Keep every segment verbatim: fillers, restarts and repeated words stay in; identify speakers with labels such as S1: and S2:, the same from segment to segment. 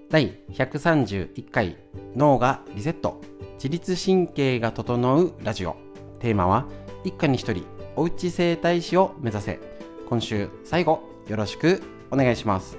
S1: だいひゃくさんじゅういっかい脳がリセット、自律神経が整うラジオ。テーマは一家に一人おうち整体師を目指せ。今週最後よろしくお願いします。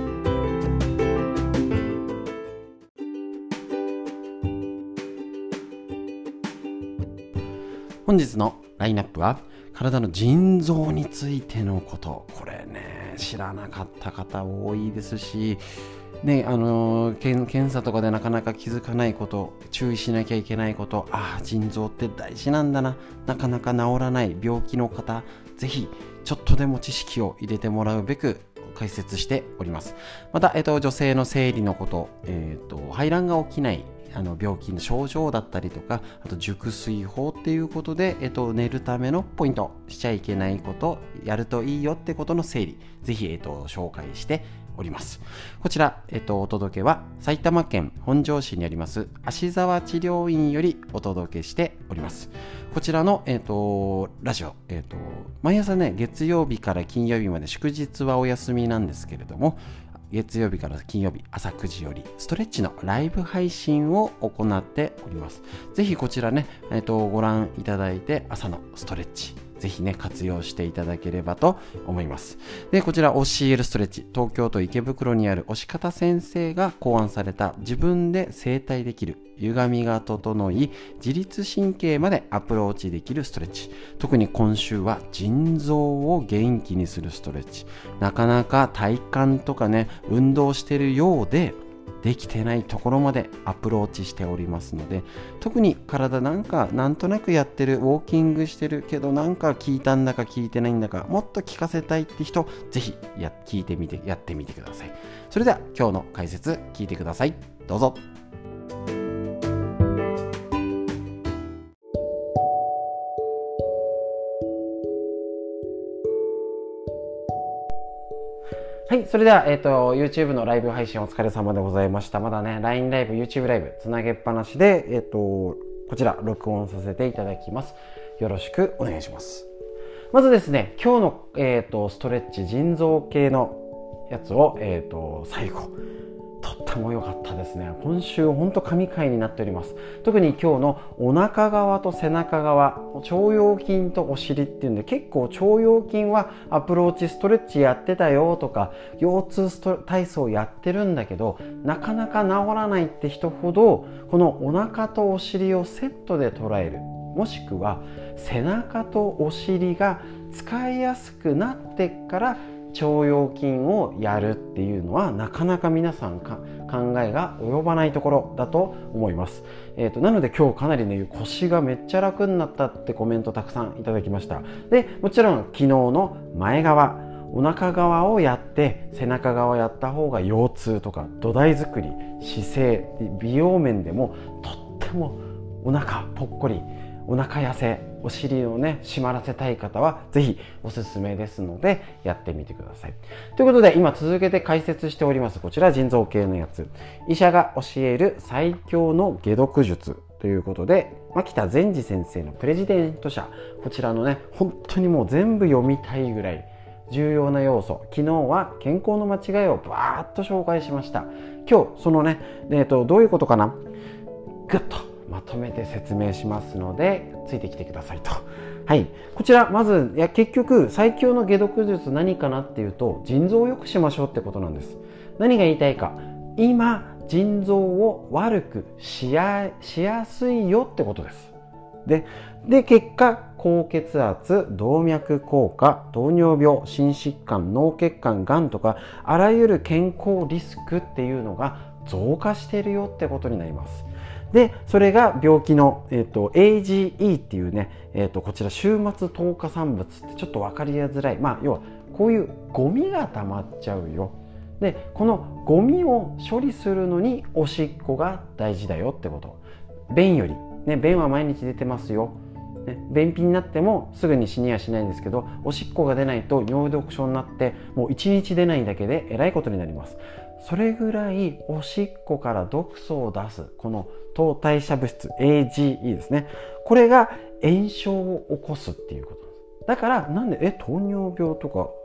S1: 本日のラインナップは体の腎臓についてのこと。これね、知らなかった方多いですしね、あのー、検, 検査とかでなかなか気づかないこと、注意しなきゃいけないこと、ああ腎臓って大事なんだな、なかなか治らない病気の方、ぜひちょっとでも知識を入れてもらうべく解説しております。また、えっと、女性の生理のこと、えっと、排卵が起きないあの病気の症状だったりとか、あと熟睡法っていうことで、えっと、寝るためのポイント、しちゃいけないこと、やるといいよってことの整理、ぜひ、えっと、紹介しております。こちら、えっと、お届けは埼玉県本庄市にあります芦沢治療院よりお届けしております。こちらの、えっと、ラジオ、えっと、毎朝ね、月曜日から金曜日まで、祝日はお休みなんですけれども、月曜日から金曜日朝くじよりストレッチのライブ配信を行っております。ぜひこちらね、えっと、ご覧いただいて、朝のストレッチぜひね活用していただければと思います。で、こちら オーシーエル ストレッチ、東京都池袋にある押し方先生が考案された自分で整体できる、歪みが整い自律神経までアプローチできるストレッチ。特に今週は腎臓を元気にするストレッチ。なかなか体幹とかね運動してるようでできてないところまでアプローチしておりますので、特に体なんかなんとなくやってる、ウォーキングしてるけどなんか聞いたんだか聞いてないんだか、もっと聞かせたいって人、ぜひや聞いてみてやってみてください。それでは今日の解説聞いてください。どうぞ。はい、それでは、えっと、YouTube のライブ配信お疲れ様でございました。まだね、ライン ライブ、YouTube ライブ、つなげっぱなしで、えっと、こちら、録音させていただきます。よろしくお願いします。まずですね、今日の、えっと、ストレッチ、腎臓系のやつを、えっと、最後、とっても良かったですね。今週、ほんと神回になっております。特に今日のお腹側と背中側、腸腰筋とお尻っていうんで、結構腸腰筋はアプローチストレッチやってたよとか、腰痛スト体操やってるんだけど、なかなか治らないって人ほど、このお腹とお尻をセットで捉える。もしくは背中とお尻が使いやすくなってから腸腰筋をやるっていうのはなかなか皆さんか考えが及ばないところだと思います。えーと、なので今日かなりね腰がめっちゃ楽になったってコメントたくさんいただきました。で、もちろん昨日の前側、お腹側をやって背中側をやった方が腰痛とか土台作り、姿勢、美容面でもとってもお腹ぽっこり、お腹痩せ、お尻をね締まらせたい方はぜひおすすめですのでやってみてください。ということで今続けて解説しておりますこちら腎臓系のやつ、医者が教える最強の解毒術ということで、牧田善治先生のプレジデント社、こちらのね本当にもう全部読みたいぐらい重要な要素。昨日は健康の間違いをバーッと紹介しました。今日そのね、えーと、どういうことかな、グッとまとめて説明しますのでついてきてくださいと。はい、こちらまずいや結局最強の解毒術何かなっていうと、腎臓を良くしましょうってことなんです。何が言いたいか、今腎臓を悪くし や, しやすいよってことです。で, で結果高血圧、動脈硬化、糖尿病、心疾患、脳血管、がんとかあらゆる健康リスクっていうのが増加しているよってことになります。で、それが病気の、えーと、エージーイー っていうね、えーと、こちら終末糖化産物ってちょっと分かりづらい、まあ要はこういうゴミが溜まっちゃうよ。で、このゴミを処理するのにおしっこが大事だよってこと。便より、ね、便は毎日出てますよ。ね、便秘になってもすぐに死にはしないんですけど、おしっこが出ないと尿毒症になってもういちにち出ないだけでえらいことになります。それぐらいおしっこから毒素を出すこの糖代謝物質 エージーイー ですね、これが炎症を起こすっていうことです。だからなんでえ糖尿病とか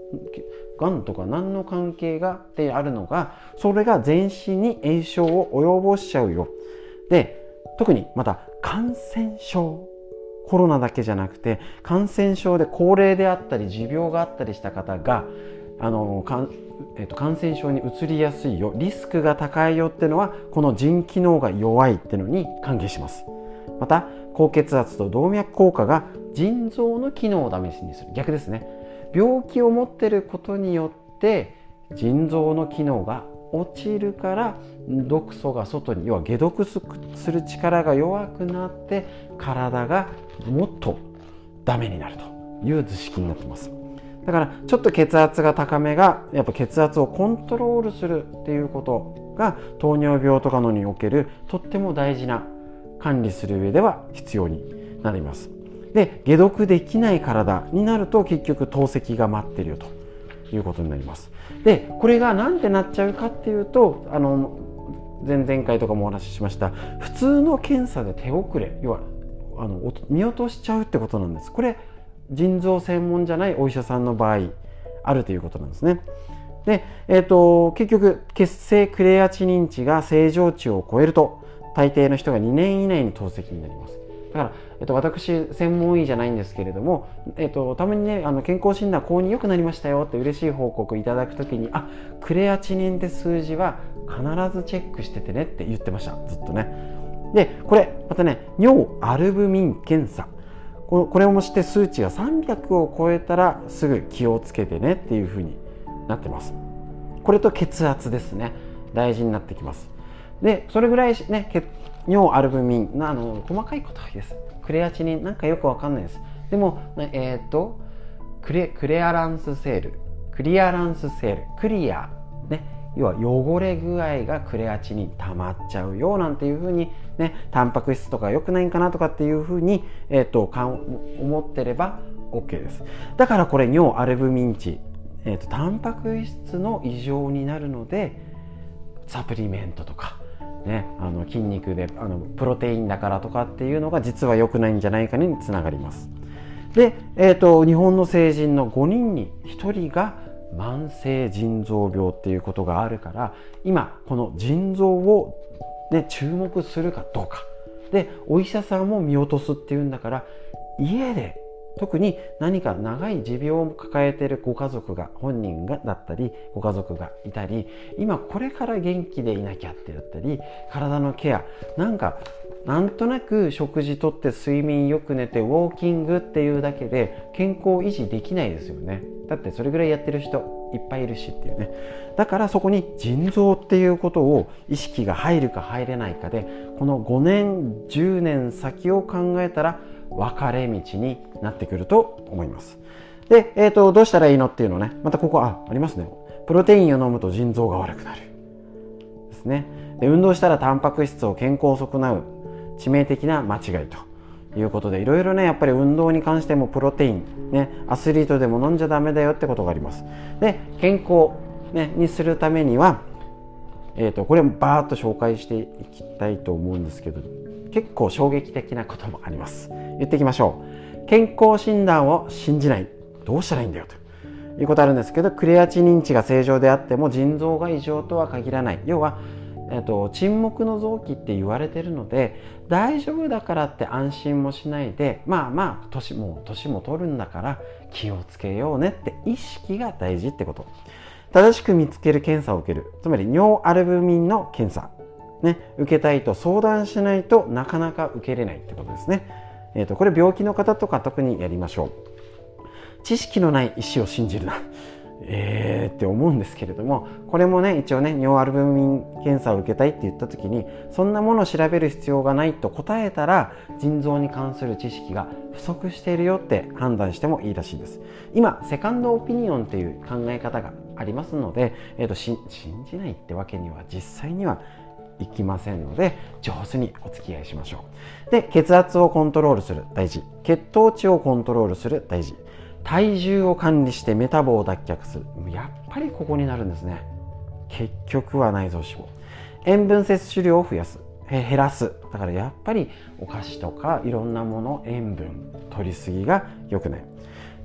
S1: がんとか何の関係がってあるのが、それが全身に炎症を及ぼしちゃうよ。で、特にまた感染症、コロナだけじゃなくて感染症で高齢であったり持病があったりした方があのかん、えーと、感染症に移りやすいよ、リスクが高いよっていうのは、この腎機能が弱いっていうのに関係します。また高血圧と動脈硬化が腎臓の機能をダメにする。逆ですね。病気を持っていることによって腎臓の機能が落ちるから、毒素が外に、要は解毒する力が弱くなって体がもっとダメになるという図式になってます。だからちょっと血圧が高めがやっぱ血圧をコントロールするっていうことが糖尿病とかのにおけるとっても大事な、管理する上では必要になります。で、解毒できない体になると結局透析が待ってるよということになります。で、これがなんでなっちゃうかっていうと、あの前々回とかもお話ししました普通の検査で手遅れ、要はあの見落としちゃうってことなんです。これ腎臓専門じゃないお医者さんの場合あるということなんですね。で、えーと、結局血清クレアチニン値が正常値を超えると大抵の人がにねん以内に透析になります。だから、えっと、私専門医じゃないんですけれども、えっと、たまにね、あの健康診断公認良くなりましたよって嬉しい報告いただくときに、あ、クレアチニンって数字は必ずチェックしててねって言ってました、ずっとね。で、これまたね、尿アルブミン検査、これをもして数値がさんびゃくを超えたらすぐ気をつけてねっていうふうになってます。これと血圧ですね、大事になってきます。で、それぐらいね、尿アルブミンのあの細かいことです。クレアチニンなんかよくわかんないです。でもえっ、ー、とクレクレアランスセール、クリアランスセール、クリアね、要は汚れ具合がクレアチニン溜まっちゃうよなんていうふうにね、タンパク質とか良くないんかなとかっていうふうにえっ、ー、とか思ってれば OK です。だからこれ尿アルブミン値、えっ、ー、とタンパク質の異常になるのでサプリメントとかね、あの筋肉であのプロテインだからとかっていうのが実は良くないんじゃないかにつながります。で、えーと、日本の成人のごにんにひとりが慢性腎臓病っていうことがあるから、今この腎臓を、ね、注目するかどうかで、お医者さんも見落とすっていうんだから、家で特に何か長い持病を抱えているご家族が、本人がだったりご家族がいたり、今これから元気でいなきゃってだったり、体のケアなんかなんとなく食事とって睡眠よく寝てウォーキングっていうだけで健康維持できないですよね。だってそれぐらいやってる人いっぱいいるしっていうね。だからそこに腎臓っていうことを意識が入るか入れないかで、このごねんじゅうねん先を考えたら分かれ道になってくると思います。で、えーと、どうしたらいいのっていうのね、またここ あ, ありますね。プロテインを飲むと腎臓が悪くなるですね。で、運動したらタンパク質を健康を損なう致命的な間違いということで、いろいろね、やっぱり運動に関してもプロテインね、アスリートでも飲んじゃダメだよってことがあります。で、健康、ね、にするためには、えーと、これもバーッと紹介していきたいと思うんですけど、結構衝撃的なこともあります。言っていきましょう。健康診断を信じない、どうしたらいいんだよということあるんですけど、クレアチニン値が正常であっても腎臓が異常とは限らない。要は、えっと、沈黙の臓器って言われてるので、大丈夫だからって安心もしないで、まあまあ年も年も取るんだから気をつけようねって意識が大事ってこと。正しく見つける検査を受ける、つまり尿アルブミンの検査ね、受けたいと相談しないとなかなか受けれないってことですね。えーと、これ病気の方とか特にやりましょう。知識のない医師を信じるなえーって思うんですけれども、これもね、一応ね、尿アルブミン検査を受けたいって言った時に、そんなものを調べる必要がないと答えたら、腎臓に関する知識が不足しているよって判断してもいいらしいです。今セカンドオピニオンっていう考え方がありますので、えーと、信じないってわけには実際にはいきませんので、上手にお付き合いしましょう。で、血圧をコントロールする、大事。血糖値をコントロールする、大事。体重を管理してメタボを脱却する、やっぱりここになるんですね。結局は内臓脂肪。塩分摂取量を増やす、減らす。だからやっぱりお菓子とかいろんなもの、塩分取りすぎが良くない。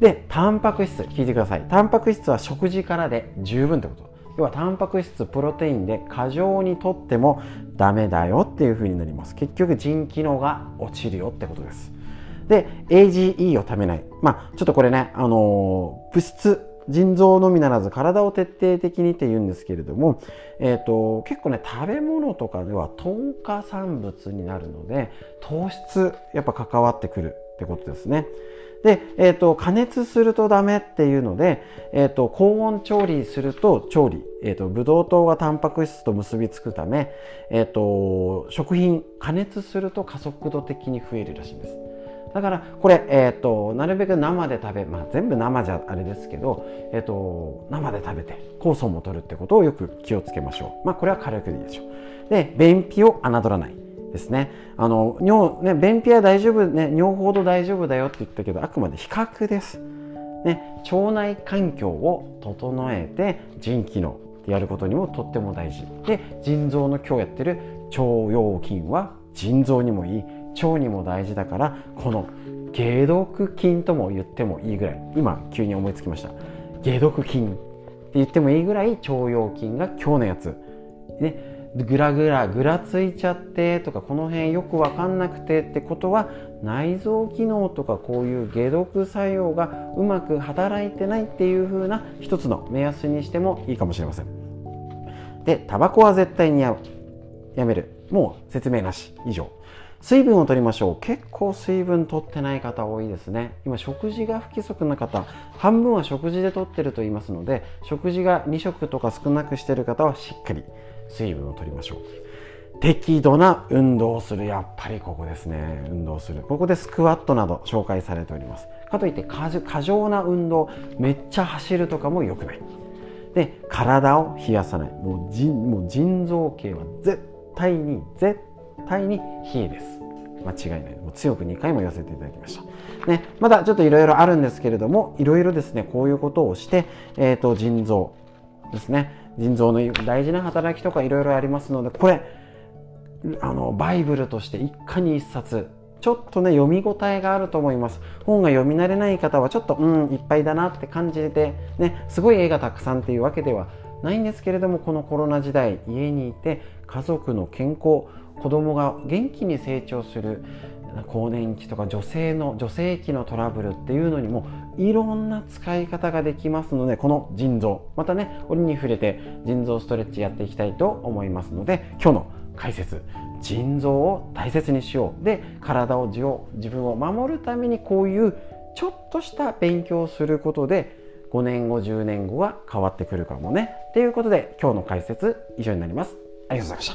S1: でタンパク質、聞いてください。タンパク質は食事からで十分ってこと。要はタンパク質、プロテインで過剰にとってもダメだよっていう風になります。結局腎機能が落ちるよってことです。で エージーイー を食べない、まあちょっとこれね、あのー、物質、腎臓のみならず体を徹底的にって言うんですけれども、えーと、結構ね食べ物とかでは糖化産物になるので糖質やっぱ関わってくるってことですね。で、えーと、加熱するとダメっていうので、えーと、高温調理すると調理、えーと、ブドウ糖がタンパク質と結びつくため、えーと、食品加熱すると加速度的に増えるらしいんです。だからこれ、えーと、なるべく生で食べ、まあ全部生じゃあれですけど、えーと、生で食べて酵素も取るってことをよく気をつけましょう。まあこれは軽くでいいでしょう。で、便秘を侮らないですね。あの尿ね、便秘は大丈夫ね、尿ほど大丈夫だよって言ったけど、あくまで比較です。ね、腸内環境を整えて腎機能でやることにもとっても大事で、腎臓の今日やってる腸腰筋は腎臓にもいい、腸にも大事だから、この解毒筋とも言ってもいいぐらい、今急に思いつきました。解毒筋って言ってもいいぐらい腸腰筋が今日のやつね。ぐらぐらぐらついちゃってとか、この辺よく分かんなくてってことは、内臓機能とかこういう解毒作用がうまく働いてないっていう風な一つの目安にしてもいいかもしれません。で、タバコは絶対にやめる。もう説明なし。以上。水分を取りましょう。結構水分取ってない方多いですね。今食事が不規則な方、半分は食事で取ってると言いますので、食事がに食とか少なくしてる方はしっかり水分を取りましょう。適度な運動をする。やっぱりここですね。運動する。ここでスクワットなど紹介されております。かといって過剰な運動、めっちゃ走るとかも良くない。で、体を冷やさない。もう腎、もう腎臓系は絶対に絶対に冷えです。間違いない。もう強くにかいも言わせていただきました。ね、まだちょっといろいろあるんですけれども、いろいろですね、こういうことをして、えーと、腎臓ですね。腎臓の大事な働きとかいろいろありますので、これあのバイブルとして一家に一冊、ちょっとね読み応えがあると思います。本が読み慣れない方はちょっとうんいっぱいだなって感じてね、すごい絵がたくさんっていうわけではないんですけれども、このコロナ時代家にいて家族の健康、子供が元気に成長する、更年期とか女性の女性期のトラブルっていうのにもいろんな使い方ができますので、この腎臓またね折に触れて腎臓ストレッチやっていきたいと思いますので、今日の解説、腎臓を大切にしようで、体を自分を守るためにこういうちょっとした勉強をすることでごねんごじゅうねんごは変わってくるかもねということで、今日の解説以上になります。ありがとうございました。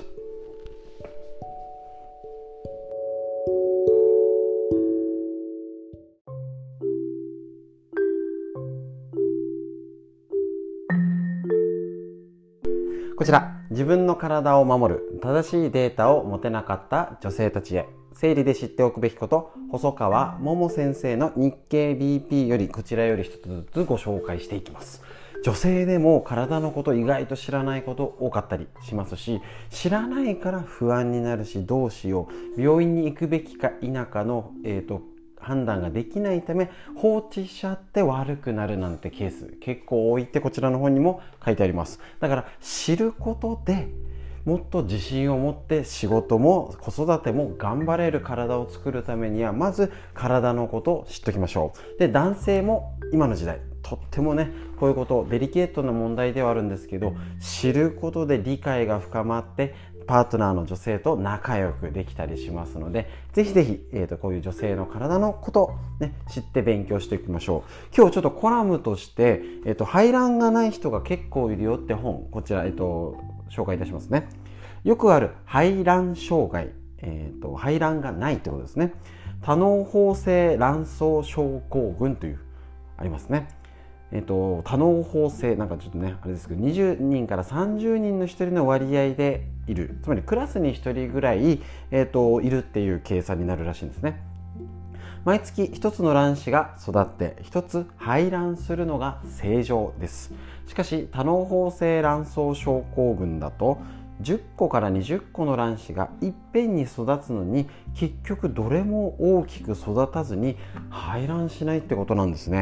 S1: こちら、自分の体を守る正しいデータを持てなかった女性たちへ、生理で知っておくべきこと、細川桃先生の日経 ビーピー よりこちらより一つずつご紹介していきます。女性でも体のこと意外と知らないこと多かったりしますし、知らないから不安になるし、どうしよう、病院に行くべきか否かの、えーと判断ができないため放置しちゃって悪くなるなんてケース結構多いってこちらの方にも書いてあります。だから知ることでもっと自信を持って仕事も子育ても頑張れる体を作るためには、まず体のことを知っておきましょう。で、男性も今の時代とってもねこういうことデリケートな問題ではあるんですけど、知ることで理解が深まってパートナーの女性と仲良くできたりしますので、ぜひぜひ、えーと、こういう女性の体のこと、ね、知って勉強していきましょう。今日ちょっとコラムとして、えーと、排卵がない人が結構いるよって本、こちら、えーと、紹介いたしますね。よくある排卵障害、えーと、排卵がないってことですね。多嚢胞性卵巣症候群というありますね。えっと、多嚢胞性なんかちょっとねあれですけど、にじゅうにんからさんじゅうにんのひとりの割合でいる、つまりクラスにひとりぐらい、えっと、いるっていう計算になるらしいんですね。毎月ひとつの卵子が育ってひとつ排卵するのが正常です。しかし多嚢胞性卵巣症候群だとじゅっこからにじゅっこの卵子がいっぺんに育つのに結局どれも大きく育たずに排卵しないってことなんですね。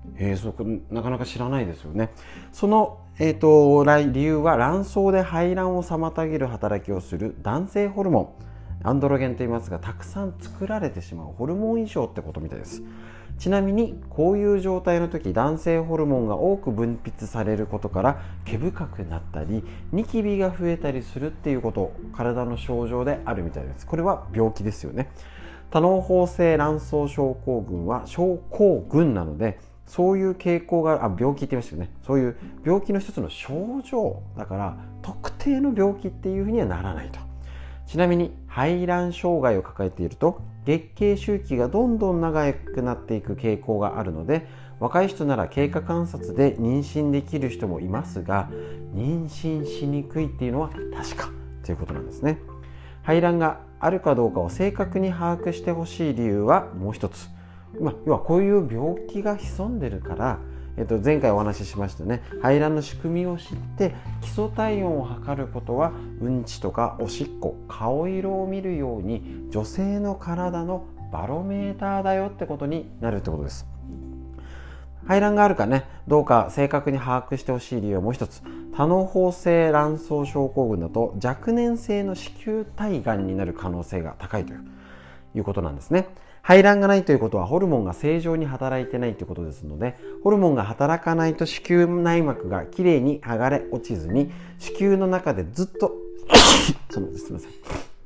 S1: えー、そこなかなか知らないですよね。その、えーと、理由は卵巣で排卵を妨げる働きをする男性ホルモン、アンドロゲンと言いますが、たくさん作られてしまうホルモン異常ってことみたいです。ちなみにこういう状態の時、男性ホルモンが多く分泌されることから毛深くなったりニキビが増えたりするっていうこと、体の症状であるみたいです。これは病気ですよね。多嚢胞性卵巣症候群は症候群なので、そういう傾向があ病気って言いましたよね。そういう病気の一つの症状だから、特定の病気っていうふうにはならないと。ちなみに排卵障害を抱えていると月経周期がどんどん長くなっていく傾向があるので、若い人なら経過観察で妊娠できる人もいますが、妊娠しにくいっていうのは確かということなんですね。排卵があるかどうかを正確に把握してほしい理由はもう一つ、まあ、要はこういう病気が潜んでるから、えっと、前回お話ししましたね、排卵の仕組みを知って基礎体温を測ることは、うんちとかおしっこ、顔色を見るように女性の体のバロメーターだよってことになるってことです。排卵があるかねどうか正確に把握してほしい理由はもう一つ、多嚢胞性卵巣症候群だと若年性の子宮体がんになる可能性が高いということなんですね。排卵がないということはホルモンが正常に働いてないということですので、ホルモンが働かないと子宮内膜がきれいに剥がれ落ちずに子宮の中でずっとすみません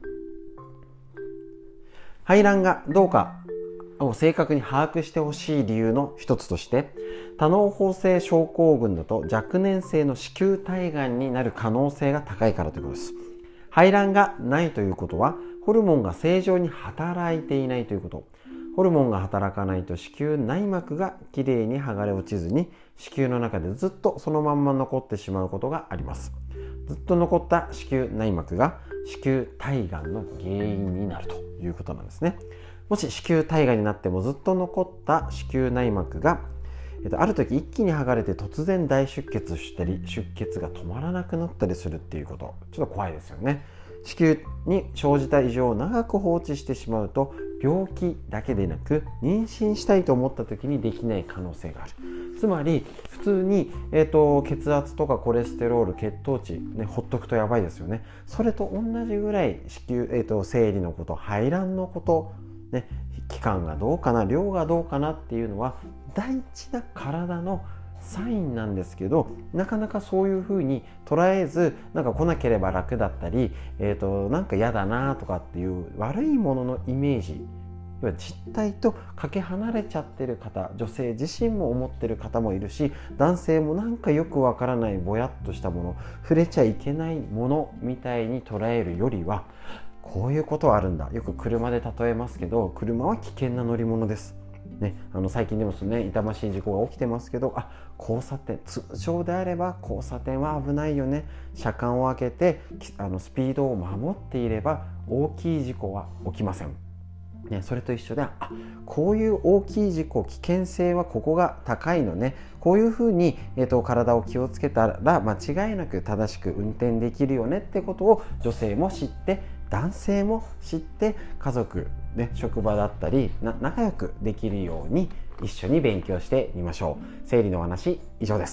S1: 排卵がどうかを正確に把握してほしい理由の一つとして、多嚢胞性症候群だと若年性の子宮体がんになる可能性が高いからということです。排卵がないということはホルモンが正常に働いていないということ。ホルモンが働かないと子宮内膜がきれいに剥がれ落ちずに子宮の中でずっとそのまんま残ってしまうことがあります。ずっと残った子宮内膜が子宮体がんの原因になるということなんですね。もし子宮体がんになってもずっと残った子宮内膜が、えっと、ある時一気に剥がれて突然大出血したり出血が止まらなくなったりするっていうこと、ちょっと怖いですよね。子宮に生じた異常を長く放置してしまうと、病気だけでなく妊娠したいと思った時にできない可能性がある。つまり普通に、えーと、血圧とかコレステロール、血糖値、ね、ほっとくとやばいですよね。それと同じぐらい子宮、えーと、生理のこと、排卵のこと、ね、期間がどうかな、量がどうかなっていうのは大事な体のサインなんですけど、なかなかそういう風に捉えず、なんか来なければ楽だったり、えーと、なんか嫌だなとかっていう悪いもののイメージ、要は実態とかけ離れちゃってる方、女性自身も思ってる方もいるし、男性もなんかよくわからないぼやっとしたもの、触れちゃいけないものみたいに捉えるよりは、こういうことはあるんだ。よく車で例えますけど、車は危険な乗り物です。ね、あの最近でもね、痛ましい事故が起きてますけど、あ、交差点、通常であれば交差点は危ないよね、車間を開けてあのスピードを守っていれば大きい事故は起きません、ね、それと一緒で、あ、こういう大きい事故、危険性はここが高いのね、こういうふうに、えーと、体を気をつけたら間違いなく正しく運転できるよねってことを女性も知って、男性も知って、家族、ね、職場だったりな仲良くできるように一緒に勉強してみましょう。生理の話以上です。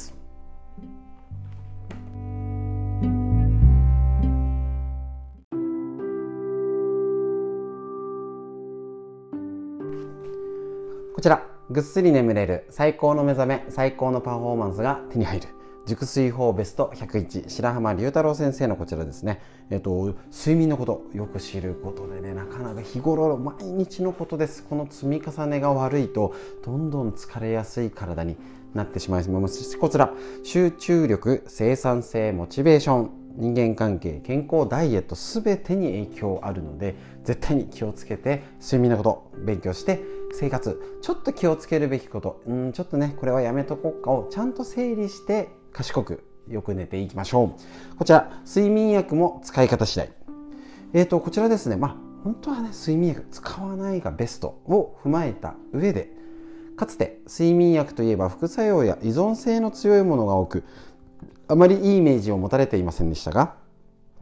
S1: こちら、ぐっすり眠れる最高の目覚め、最高のパフォーマンスが手に入る熟睡法ベストひゃくいち、白浜龍太郎先生のこちらですね。えっと、睡眠のことよく知ることでね、なかなか日頃毎日のことです。この積み重ねが悪いとどんどん疲れやすい体になってしまいますし、こちら集中力、生産性、モチベーション、人間関係、健康、ダイエット、すべてに影響あるので、絶対に気をつけて睡眠のこと勉強して、生活ちょっと気をつけるべきこと、うんちょっとねこれはやめとこうかをちゃんと整理して賢くよく寝ていきましょう。こちら睡眠薬も使い方次第。えーとこちらですね、まあ本当はね睡眠薬使わないがベストを踏まえた上で、かつて睡眠薬といえば副作用や依存性の強いものが多く、あまりいいイメージを持たれていませんでしたが、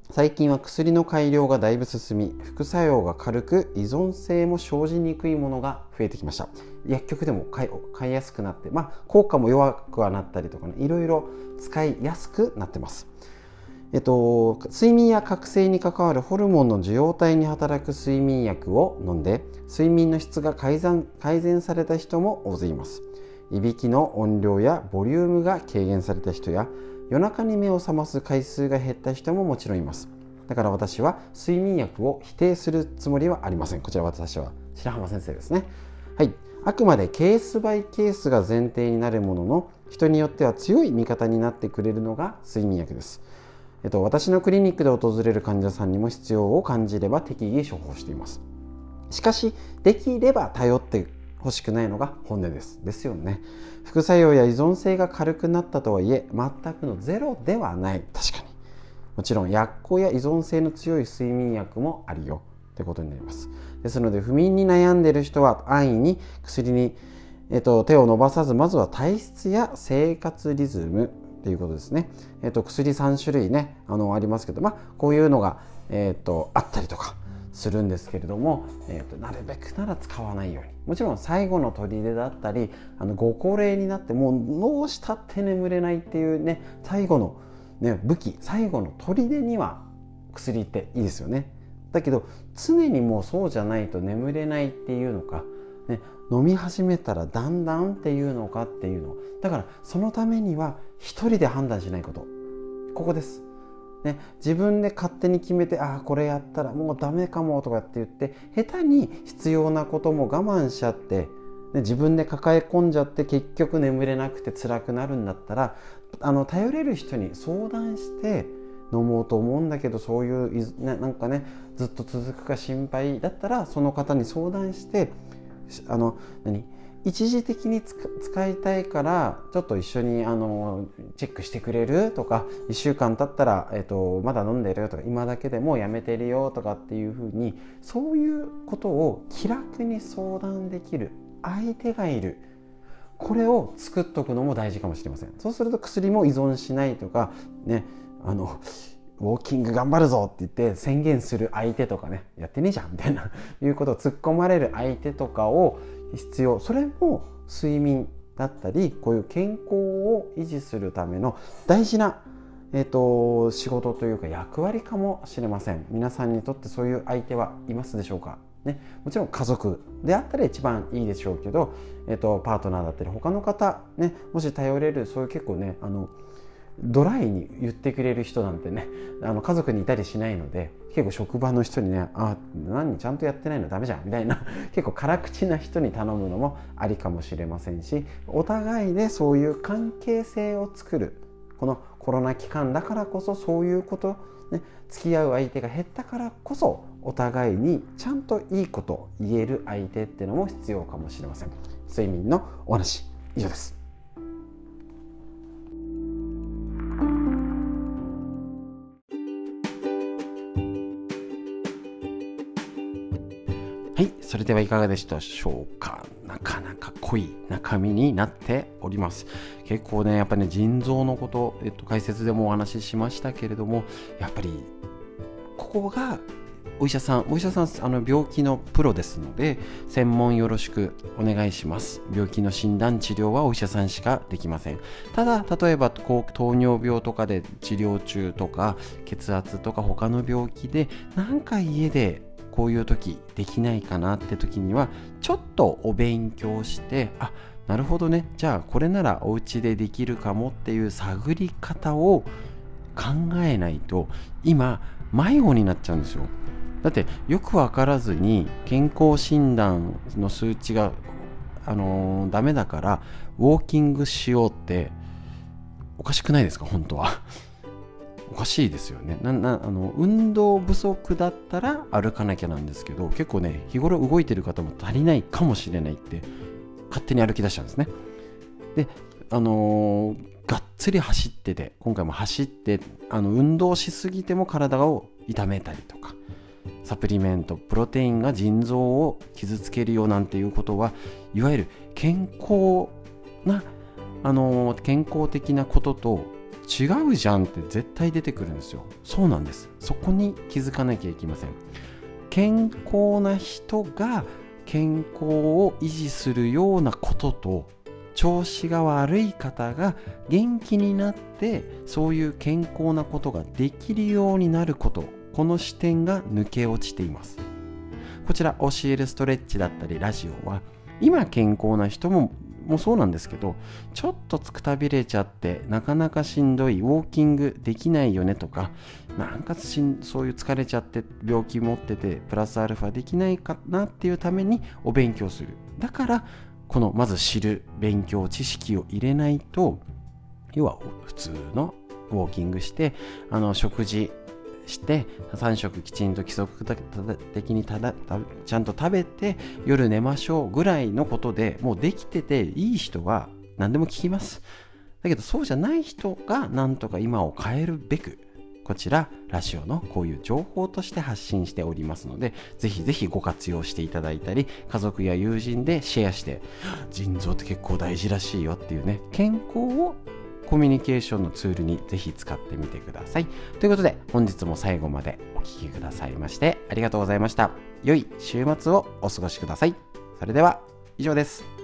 S1: 最近は薬の改良がだいぶ進み、副作用が軽く依存性も生じにくいものが増えてきました。薬局でも買い、買いやすくなって、まあ、効果も弱くはなったりとかね、いろいろ使いやすくなってます。えっと、睡眠や覚醒に関わるホルモンの受容体に働く睡眠薬を飲んで睡眠の質が改善、改善された人も大勢います。いびきの音量やボリュームが軽減された人や夜中に目を覚ます回数が減った人ももちろんいます。だから私は睡眠薬を否定するつもりはありません。こちら私は白浜先生ですね。はい、あくまでケースバイケースが前提になるものの、人によっては強い味方になってくれるのが睡眠薬です。えっと、私のクリニックで訪れる患者さんにも必要を感じれば適宜処方しています。しかしできれば頼って欲しくないのが本音です。ですよね。副作用や依存性が軽くなったとはいえ全くのゼロではない。確かにもちろん薬効や依存性の強い睡眠薬もあるよってことになります。ですので不眠に悩んでいる人は安易に薬に、えっと、手を伸ばさず、まずは体質や生活リズムということですね。えっと、薬さん種類ね あのありますけど、まあ、こういうのが、えっと、あったりとかするんですけれども、えー、となるべくなら使わないように。もちろん最後の砦だったり、あのご高齢になってもう脳したって眠れないっていうね、最後の、ね、武器、最後の砦には薬っていいですよね。だけど常にもうそうじゃないと眠れないっていうのか、ね、飲み始めたらだんだんっていうのかっていうのだから、そのためには一人で判断しないこと、ここですね。自分で勝手に決めて、ああこれやったらもうダメかもとかって言って下手に必要なことも我慢しちゃって、ね、自分で抱え込んじゃって結局眠れなくて辛くなるんだったら、あの頼れる人に相談して飲もうと思うんだけど、そういうなんかねずっと続くか心配だったら、その方に相談して、あの何一時的に使いたいからちょっと一緒にあのチェックしてくれるとか、いっしゅうかん経ったら、えっと、まだ飲んでるよとか、今だけでもうやめてるよとかっていう風に、そういうことを気楽に相談できる相手がいる、これを作っとくのも大事かもしれません。そうすると薬も依存しないとかね、あのウォーキング頑張るぞって言って宣言する相手とかね、やってねえじゃんみたいないうことを突っ込まれる相手とかを必要、それも睡眠だったり、こういう健康を維持するための大事な、えーと、仕事というか役割かもしれません。皆さんにとってそういう相手はいますでしょうかね。もちろん家族であったら一番いいでしょうけど、えーと、パートナーだったり他の方ね、もし頼れる、そういう結構ね、あのドライに言ってくれる人なんてね、あの家族にいたりしないので、結構職場の人にね、あ、何ちゃんとやってないのダメじゃんみたいな結構辛口な人に頼むのもありかもしれませんし、お互いでそういう関係性を作る、このコロナ期間だからこそ、そういうこと、ね、付き合う相手が減ったからこそ、お互いにちゃんといいこと言える相手っていうのも必要かもしれません。睡眠のお話以上です。はい、それではいかがでしたでしょうか。なかなか濃い中身になっております。結構ね、やっぱりね、腎臓のこと、えっと、解説でもお話ししましたけれども、やっぱりここがお医者さん、お医者さん、あの病気のプロですので、専門よろしくお願いします。病気の診断、治療はお医者さんしかできません。ただ、例えばこう糖尿病とかで治療中とか、血圧とか他の病気で、なんか家でこういう時できないかなって時には、ちょっとお勉強して、あ、なるほどね、じゃあこれならお家でできるかもっていう探り方を考えないと、今迷子になっちゃうんですよ。だってよく分からずに健康診断の数値が、あのー、ダメだからウォーキングしようっておかしくないですか？本当はおかしいですよね。ななあの運動不足だったら歩かなきゃなんですけど、結構ね、日頃動いてる方も足りないかもしれないって勝手に歩き出しちゃうんですね。で、あのー、がっつり走ってて、今回も走ってあの運動しすぎても体を痛めたりとか、サプリメント、プロテインが腎臓を傷つけるよなんていうことは、いわゆる健康な、あのー、健康的なことと違うじゃんって絶対出てくるんですよ。そうなんです。そこに気づかなきゃいけません。健康な人が健康を維持するようなことと、調子が悪い方が元気になってそういう健康なことができるようになること、この視点が抜け落ちています。こちら教えるストレッチだったりラジオは、今健康な人ももそうなんですけど、ちょっとつくたびれちゃってなかなかしんどい、ウォーキングできないよねとか、なんかしんそういう疲れちゃって病気持っててプラスアルファできないかなっていうためにお勉強する。だからこのまず知る勉強知識を入れないと、要は普通のウォーキングして、あの食事してさん食きちんと規則的にただたちゃんと食べて夜寝ましょうぐらいのことでもうできてていい人は何でも聞きます。だけどそうじゃない人がなんとか今を変えるべく、こちらラジオのこういう情報として発信しておりますので、ぜひぜひご活用していただいたり、家族や友人でシェアして、腎臓って結構大事らしいよっていうね、健康をコミュニケーションのツールにぜひ使ってみてください。ということで本日も最後までお聞きくださいましてありがとうございました。良い週末をお過ごしください。それでは以上です。